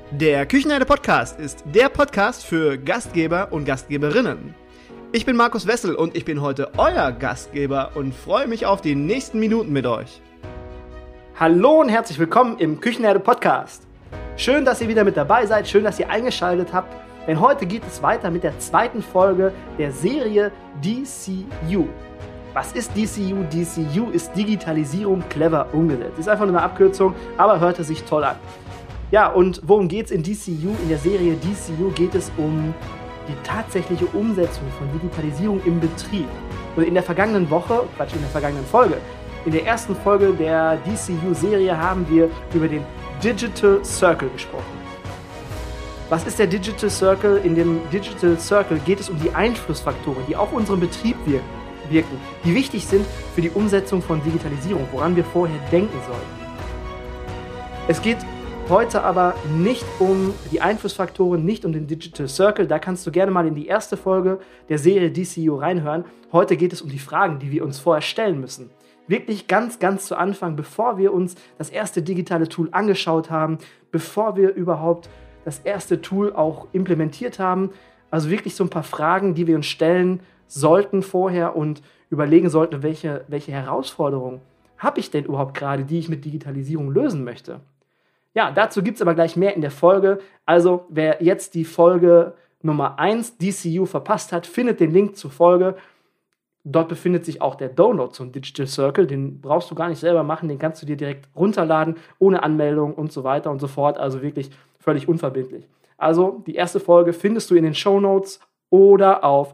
Der Küchenherde Podcast ist der Podcast für Gastgeber und Gastgeberinnen. Ich bin Markus Wessel und ich bin heute euer Gastgeber und freue mich auf die nächsten Minuten mit euch. Hallo und herzlich willkommen im Küchenherde Podcast. Schön, dass ihr wieder mit dabei seid, schön, dass ihr eingeschaltet habt, denn heute geht es weiter mit der zweiten Folge der Serie DCU. Was ist DCU? DCU ist Digitalisierung clever umgesetzt. Ist einfach nur eine Abkürzung, aber hörte sich toll an. Ja, und worum geht es in DCU? In der Serie DCU geht es um die tatsächliche Umsetzung von Digitalisierung im Betrieb. Und in der vergangenen Folge, in der ersten Folge der DCU-Serie haben wir über den Digital Circle gesprochen. Was ist der Digital Circle? In dem Digital Circle geht es um die Einflussfaktoren, die auf unseren Betrieb wirken, die wichtig sind für die Umsetzung von Digitalisierung, woran wir vorher denken sollten. Es geht heute aber nicht um die Einflussfaktoren, nicht um den Digital Circle. Da kannst du gerne mal in die erste Folge der Serie DCU reinhören. Heute geht es um die Fragen, die wir uns vorher stellen müssen. Wirklich ganz zu Anfang, bevor wir uns das erste digitale Tool angeschaut haben, bevor wir überhaupt das erste Tool auch implementiert haben. Also wirklich so ein paar Fragen, die wir uns stellen sollten vorher und überlegen sollten, welche Herausforderungen habe ich denn überhaupt gerade, die ich mit Digitalisierung lösen möchte. Ja, dazu gibt es aber gleich mehr in der Folge. Also, wer jetzt die Folge Nummer 1 DCU verpasst hat, findet den Link zur Folge. Dort befindet sich auch der Download zum Digital Circle. Den brauchst du gar nicht selber machen, den kannst du dir direkt runterladen, ohne Anmeldung und so weiter und so fort. Also wirklich völlig unverbindlich. Also, die erste Folge findest du in den Shownotes oder auf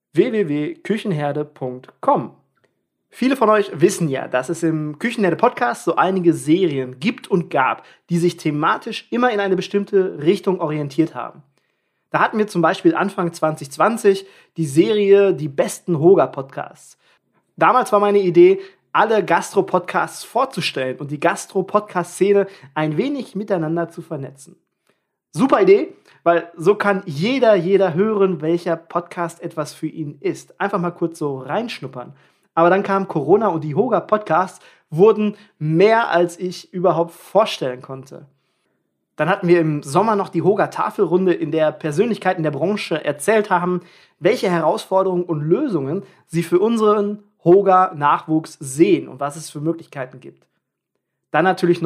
www.küchenherde.com. Viele von euch wissen ja, dass es im Küchenherde-Podcast so einige Serien gibt und gab, die sich thematisch immer in eine bestimmte Richtung orientiert haben. Da hatten wir zum Beispiel Anfang 2020 die Serie Die besten Hoga-Podcasts. Damals war meine Idee, alle Gastro-Podcasts vorzustellen und die Gastro-Podcast-Szene ein wenig miteinander zu vernetzen. Super Idee, weil so kann jeder hören, welcher Podcast etwas für ihn ist. Einfach mal kurz so reinschnuppern. Aber dann kam Corona und die Hoga-Podcasts wurden mehr, als ich überhaupt vorstellen konnte. Dann hatten wir im Sommer noch die Hoga-Tafelrunde, in der Persönlichkeiten der Branche erzählt haben, welche Herausforderungen und Lösungen sie für unseren Hoga-Nachwuchs sehen und was es für Möglichkeiten gibt. Dann natürlich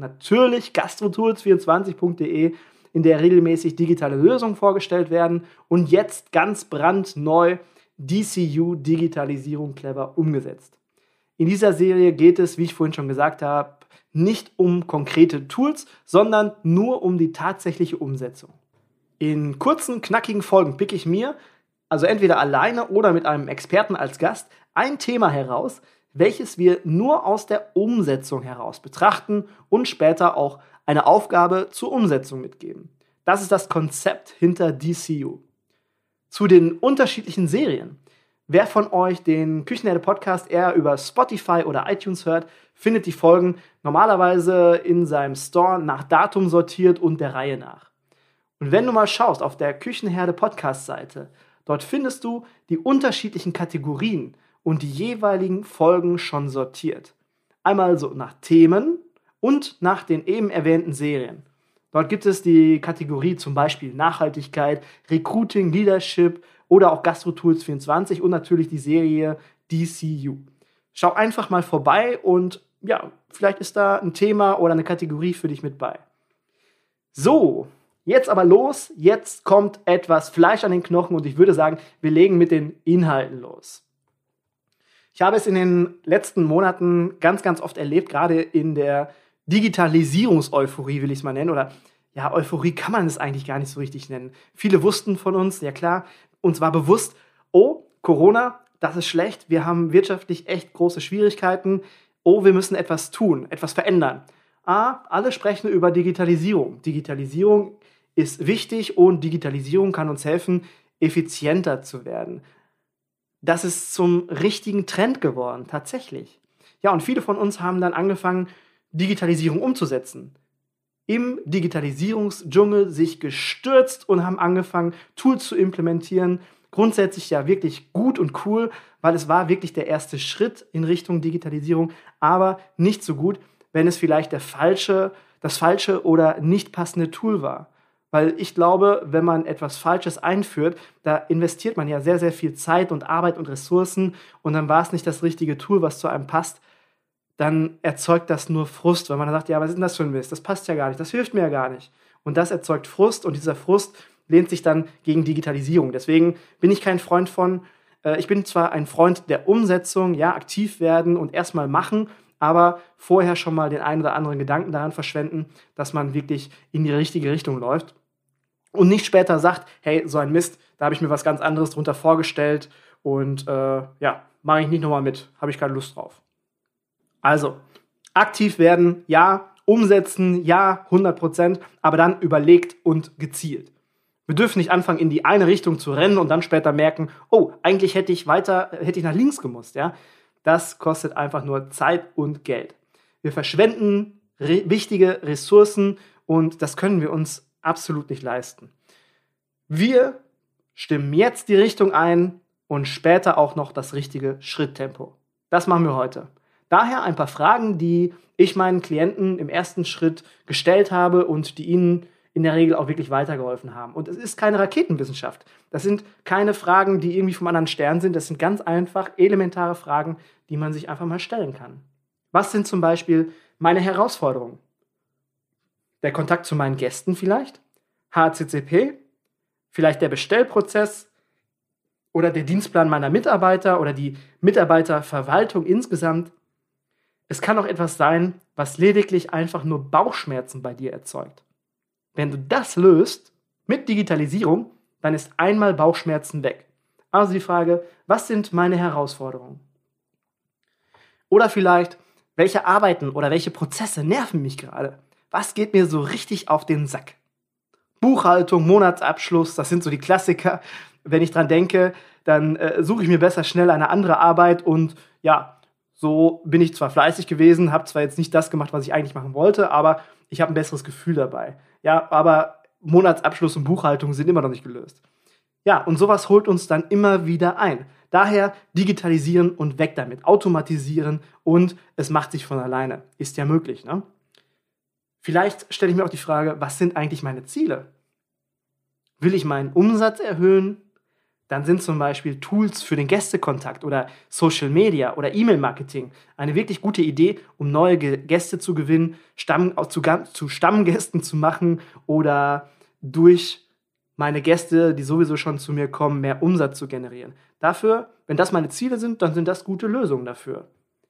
gastrotools24.de, in der regelmäßig digitale Lösungen vorgestellt werden und jetzt ganz brandneu DCU Digitalisierung clever umgesetzt. In dieser Serie geht es, wie ich vorhin schon gesagt habe, nicht um konkrete Tools, sondern nur um die tatsächliche Umsetzung. In kurzen, knackigen Folgen picke ich mir, also entweder alleine oder mit einem Experten als Gast, ein Thema heraus, welches wir nur aus der Umsetzung heraus betrachten und später auch eine Aufgabe zur Umsetzung mitgeben. Das ist das Konzept hinter DCU. Zu den unterschiedlichen Serien. Wer von euch den Küchenherde-Podcast eher über Spotify oder iTunes hört, findet die Folgen normalerweise in seinem Store nach Datum sortiert und der Reihe nach. Und wenn du mal schaust auf der Küchenherde-Podcast-Seite, dort findest du die unterschiedlichen Kategorien und die jeweiligen Folgen schon sortiert. Einmal so nach Themen und nach den eben erwähnten Serien. Dort gibt es die Kategorie zum Beispiel Nachhaltigkeit, Recruiting, Leadership oder auch GastroTools24 und natürlich die Serie DCU. Schau einfach mal vorbei und ja, vielleicht ist da ein Thema oder eine Kategorie für dich mit bei. So, jetzt aber los. Jetzt kommt etwas Fleisch an den Knochen und ich würde sagen, wir legen mit den Inhalten los. Ich habe es in den letzten Monaten ganz oft erlebt, gerade in der Digitalisierungs-Euphorie will ich es mal nennen, oder ja, Euphorie kann man es eigentlich gar nicht so richtig nennen. Viele wussten von uns, ja klar, uns war bewusst, oh, Corona, das ist schlecht, wir haben wirtschaftlich echt große Schwierigkeiten, oh, wir müssen etwas tun, etwas verändern. Alle sprechen über Digitalisierung. Digitalisierung ist wichtig und Digitalisierung kann uns helfen, effizienter zu werden. Das ist zum richtigen Trend geworden, tatsächlich. Ja, und viele von uns haben dann angefangen, Digitalisierung umzusetzen. Im Digitalisierungsdschungel sich gestürzt und haben angefangen, Tools zu implementieren. Grundsätzlich ja wirklich gut und cool, weil es war wirklich der erste Schritt in Richtung Digitalisierung, aber nicht so gut, wenn es vielleicht das falsche oder nicht passende Tool war. Weil ich glaube, wenn man etwas Falsches einführt, da investiert man ja sehr, sehr viel Zeit und Arbeit und Ressourcen und dann war es nicht das richtige Tool, was zu einem passt, dann erzeugt das nur Frust, weil man dann sagt, ja, was ist denn das für ein Mist? Das passt ja gar nicht, das hilft mir ja gar nicht. Und das erzeugt Frust und dieser Frust lehnt sich dann gegen Digitalisierung. Deswegen bin ich kein Freund von, ich bin zwar ein Freund der Umsetzung, ja, aktiv werden und erstmal machen, aber vorher schon mal den einen oder anderen Gedanken daran verschwenden, dass man wirklich in die richtige Richtung läuft und nicht später sagt, hey, so ein Mist, da habe ich mir was ganz anderes drunter vorgestellt und mache ich nicht nochmal mit, habe ich keine Lust drauf. Also, aktiv werden, ja, umsetzen, ja, 100%, aber dann überlegt und gezielt. Wir dürfen nicht anfangen, in die eine Richtung zu rennen und dann später merken, oh, eigentlich hätte ich nach links gemusst, ja. Das kostet einfach nur Zeit und Geld. Wir verschwenden wichtige Ressourcen und das können wir uns absolut nicht leisten. Wir stimmen jetzt die Richtung ein und später auch noch das richtige Schritttempo. Das machen wir heute. Daher ein paar Fragen, die ich meinen Klienten im ersten Schritt gestellt habe und die ihnen in der Regel auch wirklich weitergeholfen haben. Und es ist keine Raketenwissenschaft. Das sind keine Fragen, die irgendwie vom anderen Stern sind. Das sind ganz einfach elementare Fragen, die man sich einfach mal stellen kann. Was sind zum Beispiel meine Herausforderungen? Der Kontakt zu meinen Gästen vielleicht? HCCP? Vielleicht der Bestellprozess? Oder der Dienstplan meiner Mitarbeiter oder die Mitarbeiterverwaltung insgesamt? Es kann auch etwas sein, was lediglich einfach nur Bauchschmerzen bei dir erzeugt. Wenn du das löst mit Digitalisierung, dann ist einmal Bauchschmerzen weg. Also die Frage, was sind meine Herausforderungen? Oder vielleicht, welche Arbeiten oder welche Prozesse nerven mich gerade? Was geht mir so richtig auf den Sack? Buchhaltung, Monatsabschluss, das sind so die Klassiker. Wenn ich dran denke, dann suche ich mir besser schnell eine andere Arbeit und ja, so bin ich zwar fleißig gewesen, habe zwar jetzt nicht das gemacht, was ich eigentlich machen wollte, aber ich habe ein besseres Gefühl dabei. Ja, aber Monatsabschluss und Buchhaltung sind immer noch nicht gelöst. Ja, und sowas holt uns dann immer wieder ein. Daher digitalisieren und weg damit, automatisieren und es macht sich von alleine. Ist ja möglich, ne? Vielleicht stelle ich mir auch die Frage, was sind eigentlich meine Ziele? Will ich meinen Umsatz erhöhen? Dann sind zum Beispiel Tools für den Gästekontakt oder Social Media oder E-Mail-Marketing eine wirklich gute Idee, um neue Gäste zu gewinnen, zu Stammgästen zu machen oder durch meine Gäste, die sowieso schon zu mir kommen, mehr Umsatz zu generieren. Dafür, wenn das meine Ziele sind, dann sind das gute Lösungen dafür.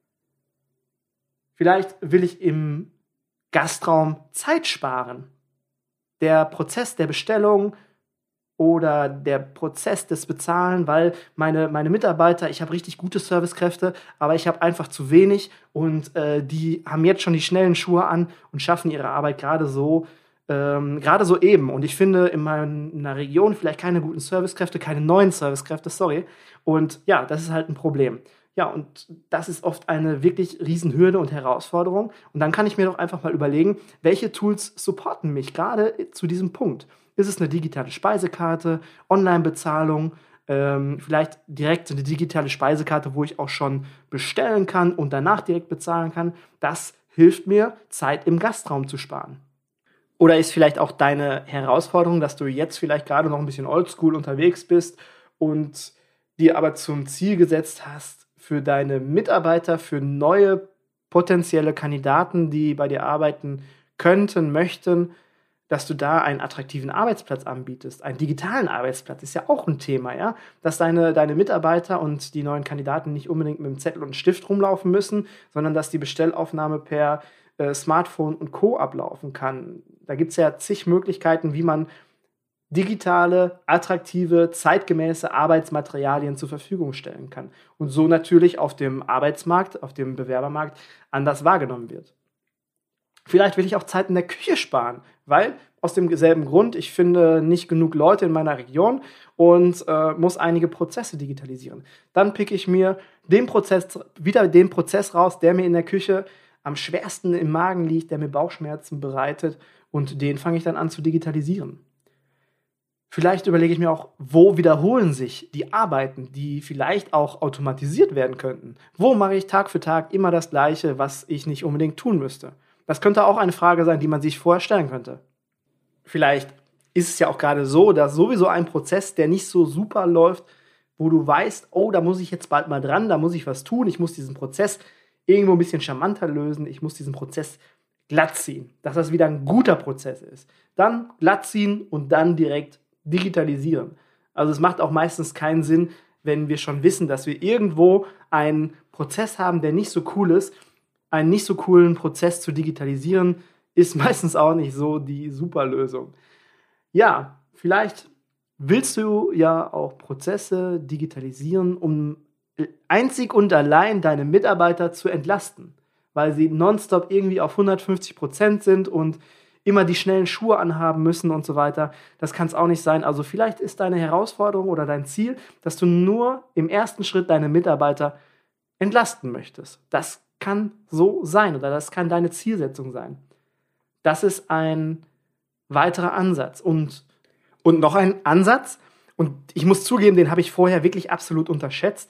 Vielleicht will ich im Gastraum Zeit sparen. Der Prozess der Bestellung oder der Prozess des Bezahlen, weil meine Mitarbeiter, ich habe richtig gute Servicekräfte, aber ich habe einfach zu wenig und die haben jetzt schon die schnellen Schuhe an und schaffen ihre Arbeit gerade so eben. Und ich finde in meiner Region vielleicht keine guten Servicekräfte, keine neuen Servicekräfte, sorry. Und ja, das ist halt ein Problem. Ja, und das ist oft eine wirklich Riesenhürde und Herausforderung. Und dann kann ich mir doch einfach mal überlegen, welche Tools supporten mich gerade zu diesem Punkt. Ist es eine digitale Speisekarte, Online-Bezahlung, vielleicht direkt eine digitale Speisekarte, wo ich auch schon bestellen kann und danach direkt bezahlen kann? Das hilft mir, Zeit im Gastraum zu sparen. Oder ist vielleicht auch deine Herausforderung, dass du jetzt vielleicht gerade noch ein bisschen oldschool unterwegs bist und dir aber zum Ziel gesetzt hast, für deine Mitarbeiter, für neue potenzielle Kandidaten, die bei dir arbeiten könnten, möchten, dass du da einen attraktiven Arbeitsplatz anbietest. Einen digitalen Arbeitsplatz ist ja auch ein Thema, ja? Dass deine Mitarbeiter und die neuen Kandidaten nicht unbedingt mit einem Zettel und einem Stift rumlaufen müssen, sondern dass die Bestellaufnahme per Smartphone und Co. ablaufen kann. Da gibt es ja zig Möglichkeiten, wie man digitale, attraktive, zeitgemäße Arbeitsmaterialien zur Verfügung stellen kann. Und so natürlich auf dem Arbeitsmarkt, auf dem Bewerbermarkt anders wahrgenommen wird. Vielleicht will ich auch Zeit in der Küche sparen, weil aus demselben Grund, ich finde nicht genug Leute in meiner Region und muss einige Prozesse digitalisieren. Dann picke ich mir den Prozess raus, der mir in der Küche am schwersten im Magen liegt, der mir Bauchschmerzen bereitet und den fange ich dann an zu digitalisieren. Vielleicht überlege ich mir auch, wo wiederholen sich die Arbeiten, die vielleicht auch automatisiert werden könnten. Wo mache ich Tag für Tag immer das Gleiche, was ich nicht unbedingt tun müsste? Das könnte auch eine Frage sein, die man sich vorher stellen könnte. Vielleicht ist es ja auch gerade so, dass sowieso ein Prozess, der nicht so super läuft, wo du weißt, oh, da muss ich jetzt bald mal dran, da muss ich was tun, ich muss diesen Prozess irgendwo ein bisschen charmanter lösen, ich muss diesen Prozess glatt ziehen, dass das wieder ein guter Prozess ist. Dann glatt ziehen und dann direkt digitalisieren. Also es macht auch meistens keinen Sinn, wenn wir schon wissen, dass wir irgendwo einen Prozess haben, der nicht so cool ist. Einen nicht so coolen Prozess zu digitalisieren, ist meistens auch nicht so die super Lösung. Ja, vielleicht willst du ja auch Prozesse digitalisieren, um einzig und allein deine Mitarbeiter zu entlasten, weil sie nonstop irgendwie auf 150% sind und immer die schnellen Schuhe anhaben müssen und so weiter. Das kann es auch nicht sein. Also vielleicht ist deine Herausforderung oder dein Ziel, dass du nur im ersten Schritt deine Mitarbeiter entlasten möchtest. Das kann so sein oder das kann deine Zielsetzung sein. Das ist ein weiterer Ansatz. Und noch ein Ansatz, und ich muss zugeben, den habe ich vorher wirklich absolut unterschätzt,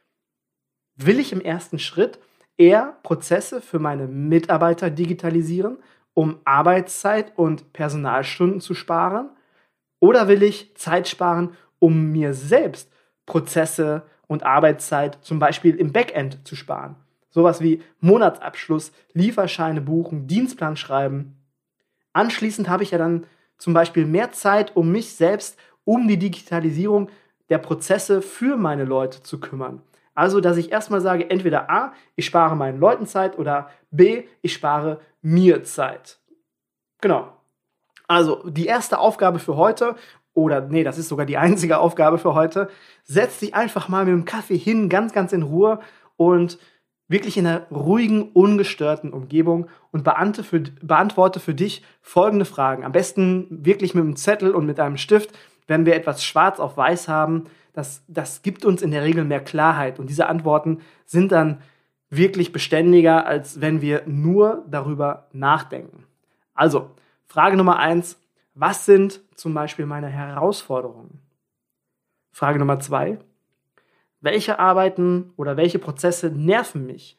will ich im ersten Schritt eher Prozesse für meine Mitarbeiter digitalisieren, um Arbeitszeit und Personalstunden zu sparen? Oder will ich Zeit sparen, um mir selbst Prozesse und Arbeitszeit zum Beispiel im Backend zu sparen? Sowas wie Monatsabschluss, Lieferscheine buchen, Dienstplan schreiben. Anschließend habe ich ja dann zum Beispiel mehr Zeit, um mich selbst um die Digitalisierung der Prozesse für meine Leute zu kümmern. Also, dass ich erstmal sage, entweder A, ich spare meinen Leuten Zeit oder B, ich spare mir Zeit. Genau. Also, die erste Aufgabe für heute, oder nee, das ist sogar die einzige Aufgabe für heute, setz dich einfach mal mit dem Kaffee hin, ganz, ganz in Ruhe und wirklich in einer ruhigen, ungestörten Umgebung und beantworte für dich folgende Fragen. Am besten wirklich mit einem Zettel und mit einem Stift, wenn wir etwas schwarz auf weiß haben. Das gibt uns in der Regel mehr Klarheit. Und diese Antworten sind dann wirklich beständiger, als wenn wir nur darüber nachdenken. Also, Frage Nummer 1. Was sind zum Beispiel meine Herausforderungen? Frage Nummer 2. Welche Arbeiten oder welche Prozesse nerven mich?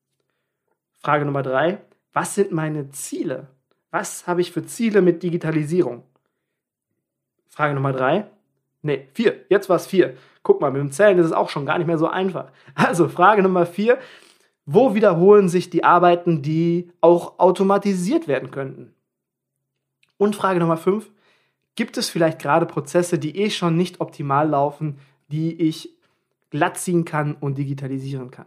Frage Nummer 3. Was sind meine Ziele? Was habe ich für Ziele mit Digitalisierung? Frage Nummer 3. Nee, 4. Jetzt war es 4. Guck mal, mit dem Zählen ist es auch schon gar nicht mehr so einfach. Also Frage Nummer 4. Wo wiederholen sich die Arbeiten, die auch automatisiert werden könnten? Und Frage Nummer 5. Gibt es vielleicht gerade Prozesse, die schon nicht optimal laufen, die ich glatt ziehen kann und digitalisieren kann?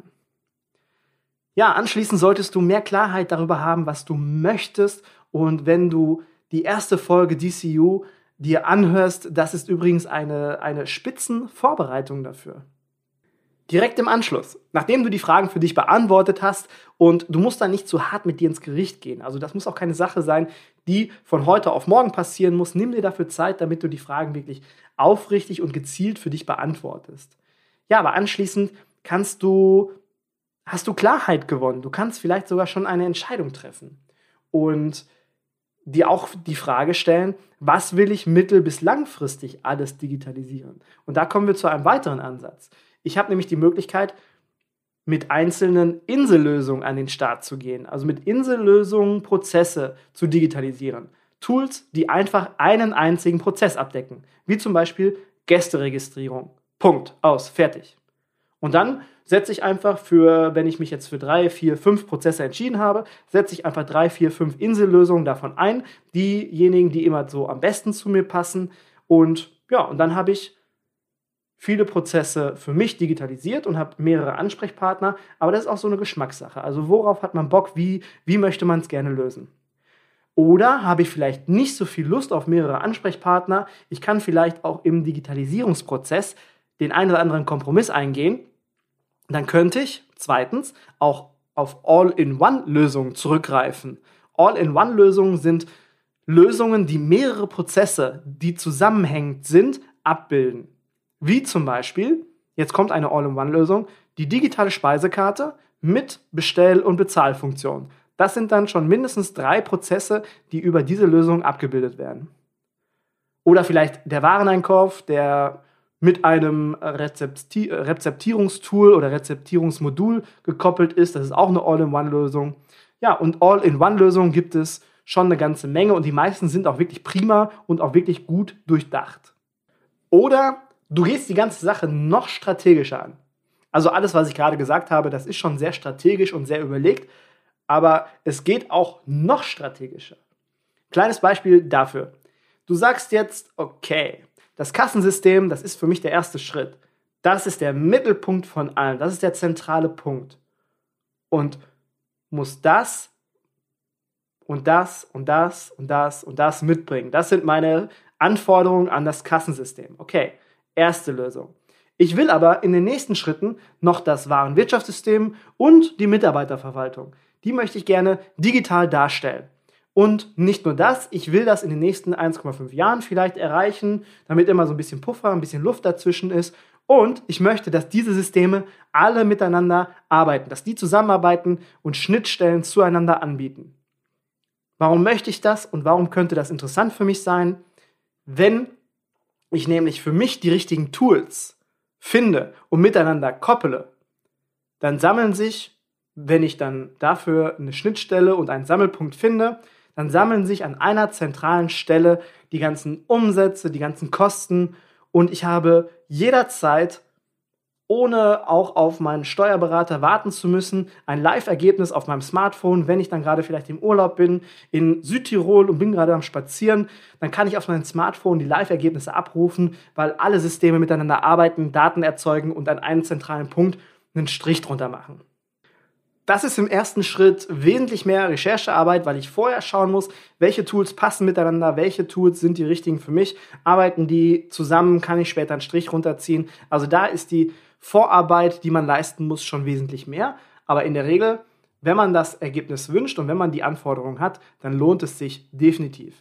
Ja, anschließend solltest du mehr Klarheit darüber haben, was du möchtest. Und wenn du die erste Folge DCU dir anhörst, das ist übrigens eine Spitzenvorbereitung dafür. Direkt im Anschluss, nachdem du die Fragen für dich beantwortet hast, und du musst dann nicht zu hart mit dir ins Gericht gehen. Also das muss auch keine Sache sein, die von heute auf morgen passieren muss. Nimm dir dafür Zeit, damit du die Fragen wirklich aufrichtig und gezielt für dich beantwortest. Ja, aber anschließend hast du Klarheit gewonnen. Du kannst vielleicht sogar schon eine Entscheidung treffen. Und dir auch die Frage stellen, was will ich mittel- bis langfristig alles digitalisieren? Und da kommen wir zu einem weiteren Ansatz. Ich habe nämlich die Möglichkeit, mit einzelnen Insellösungen an den Start zu gehen. Also mit Insellösungen Prozesse zu digitalisieren. Tools, die einfach einen einzigen Prozess abdecken. Wie zum Beispiel Gästeregistrierung. Punkt. Aus. Fertig. Und dann setze ich einfach wenn ich mich jetzt für 3, 4, 5 Prozesse entschieden habe, setze ich einfach 3, 4, 5 Insellösungen davon ein. Diejenigen, die immer so am besten zu mir passen. Und ja, und dann habe ich viele Prozesse für mich digitalisiert und habe mehrere Ansprechpartner, aber das ist auch so eine Geschmackssache. Also worauf hat man Bock, wie möchte man es gerne lösen? Oder habe ich vielleicht nicht so viel Lust auf mehrere Ansprechpartner, ich kann vielleicht auch im Digitalisierungsprozess den einen oder anderen Kompromiss eingehen, dann könnte ich zweitens auch auf All-in-One-Lösungen zurückgreifen. All-in-One-Lösungen sind Lösungen, die mehrere Prozesse, die zusammenhängend sind, abbilden. Wie zum Beispiel, jetzt kommt eine All-in-One-Lösung, die digitale Speisekarte mit Bestell- und Bezahlfunktion. Das sind dann schon mindestens 3 Prozesse, die über diese Lösung abgebildet werden. Oder vielleicht der Wareneinkauf, der mit einem Rezeptierungstool oder Rezeptierungsmodul gekoppelt ist. Das ist auch eine All-in-One-Lösung. Ja, und All-in-One-Lösungen gibt es schon eine ganze Menge und die meisten sind auch wirklich prima und auch wirklich gut durchdacht. Oder du gehst die ganze Sache noch strategischer an. Also alles, was ich gerade gesagt habe, das ist schon sehr strategisch und sehr überlegt, aber es geht auch noch strategischer. Kleines Beispiel dafür. Du sagst jetzt, okay, das Kassensystem, das ist für mich der erste Schritt. Das ist der Mittelpunkt von allem. Das ist der zentrale Punkt. Und muss das und das und das und das und das mitbringen. Das sind meine Anforderungen an das Kassensystem. Okay, erste Lösung. Ich will aber in den nächsten Schritten noch das Warenwirtschaftssystem und die Mitarbeiterverwaltung. Die möchte ich gerne digital darstellen. Und nicht nur das, ich will das in den nächsten 1,5 Jahren vielleicht erreichen, damit immer so ein bisschen Puffer, ein bisschen Luft dazwischen ist. Und ich möchte, dass diese Systeme alle miteinander arbeiten, dass die zusammenarbeiten und Schnittstellen zueinander anbieten. Warum möchte ich das und warum könnte das interessant für mich sein? Wenn ich nämlich für mich die richtigen Tools finde und miteinander koppele, dann sammeln sich, wenn ich dann dafür eine Schnittstelle und einen Sammelpunkt finde, dann sammeln sich an einer zentralen Stelle die ganzen Umsätze, die ganzen Kosten und ich habe jederzeit, ohne auch auf meinen Steuerberater warten zu müssen, ein Live-Ergebnis auf meinem Smartphone, wenn ich dann gerade vielleicht im Urlaub bin, in Südtirol und bin gerade am Spazieren, dann kann ich auf meinem Smartphone die Live-Ergebnisse abrufen, weil alle Systeme miteinander arbeiten, Daten erzeugen und an einem zentralen Punkt einen Strich drunter machen. Das ist im ersten Schritt wesentlich mehr Recherchearbeit, weil ich vorher schauen muss, welche Tools passen miteinander, welche Tools sind die richtigen für mich, arbeiten die zusammen, kann ich später einen Strich runterziehen. Also da ist die Vorarbeit, die man leisten muss, schon wesentlich mehr. Aber in der Regel, wenn man das Ergebnis wünscht und wenn man die Anforderungen hat, dann lohnt es sich definitiv.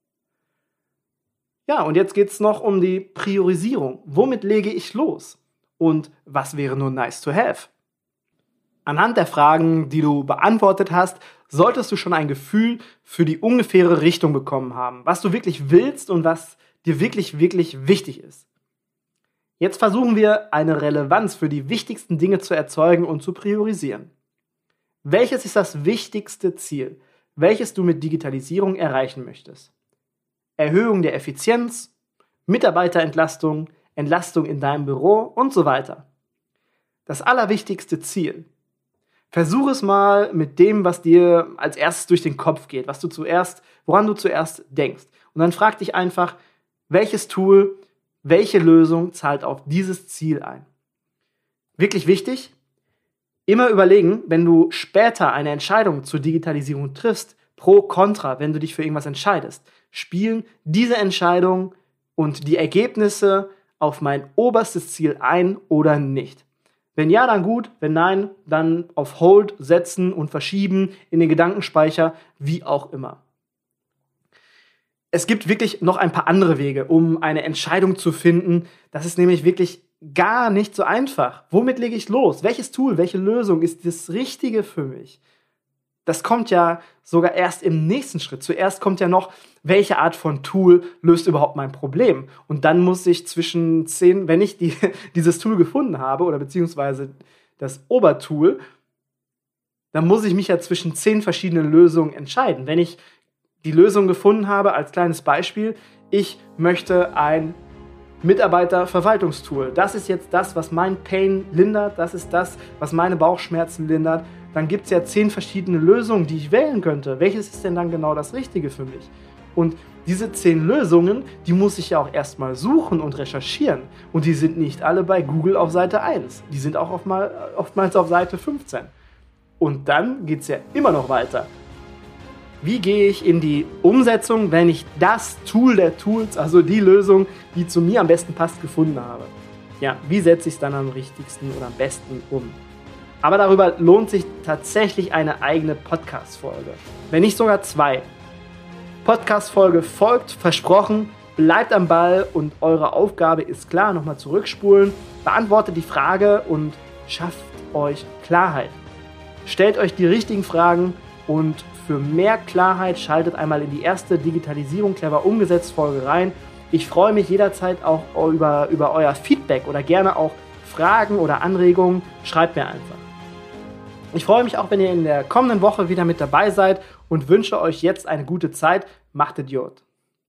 Ja, und jetzt geht es noch um die Priorisierung. Womit lege ich los? Und was wäre nur nice to have? Anhand der Fragen, die du beantwortet hast, solltest du schon ein Gefühl für die ungefähre Richtung bekommen haben, was du wirklich willst und was dir wirklich, wirklich wichtig ist. Jetzt versuchen wir, eine Relevanz für die wichtigsten Dinge zu erzeugen und zu priorisieren. Welches ist das wichtigste Ziel, welches du mit Digitalisierung erreichen möchtest? Erhöhung der Effizienz, Mitarbeiterentlastung, Entlastung in deinem Büro und so weiter. Das allerwichtigste Ziel. Versuch es mal mit dem, was dir als erstes durch den Kopf geht, woran du zuerst denkst. Und dann frag dich einfach, welches Tool, welche Lösung zahlt auf dieses Ziel ein. Wirklich wichtig, immer überlegen, wenn du später eine Entscheidung zur Digitalisierung triffst, pro, contra, wenn du dich für irgendwas entscheidest, spielen diese Entscheidung und die Ergebnisse auf mein oberstes Ziel ein oder nicht. Wenn ja, dann gut, wenn nein, dann auf Hold setzen und verschieben in den Gedankenspeicher, wie auch immer. Es gibt wirklich noch ein paar andere Wege, um eine Entscheidung zu finden. Das ist nämlich wirklich gar nicht so einfach. Womit lege ich los? Welches Tool, welche Lösung ist das Richtige für mich? Das kommt ja sogar erst im nächsten Schritt. Zuerst kommt ja noch, welche Art von Tool löst überhaupt mein Problem? Und dann muss ich zwischen 10, wenn ich dieses Tool gefunden habe, oder beziehungsweise das Obertool, dann muss ich mich ja zwischen 10 verschiedenen Lösungen entscheiden. Wenn ich die Lösung gefunden habe, als kleines Beispiel, ich möchte ein Mitarbeiterverwaltungstool. Das ist jetzt das, was mein Pain lindert, das ist das, was meine Bauchschmerzen lindert. Dann gibt es ja 10 verschiedene Lösungen, die ich wählen könnte. Welches ist denn dann genau das Richtige für mich? Und diese 10 Lösungen, die muss ich ja auch erstmal suchen und recherchieren. Und die sind nicht alle bei Google auf Seite 1. Die sind auch oftmals auf Seite 15. Und dann geht es ja immer noch weiter. Wie gehe ich in die Umsetzung, wenn ich das Tool der Tools, also die Lösung, die zu mir am besten passt, gefunden habe? Ja, wie setze ich es dann am richtigsten oder am besten um? Aber darüber lohnt sich tatsächlich eine eigene Podcast-Folge. Wenn nicht sogar 2. Podcast-Folge folgt, versprochen, bleibt am Ball und eure Aufgabe ist klar, nochmal zurückspulen, beantwortet die Frage und schafft euch Klarheit. Stellt euch die richtigen Fragen und für mehr Klarheit schaltet einmal in die erste Digitalisierung clever umgesetzt Folge rein. Ich freue mich jederzeit auch über euer Feedback oder gerne auch Fragen oder Anregungen. Schreibt mir einfach. Ich freue mich auch, wenn ihr in der kommenden Woche wieder mit dabei seid und wünsche euch jetzt eine gute Zeit. Macht Idiot!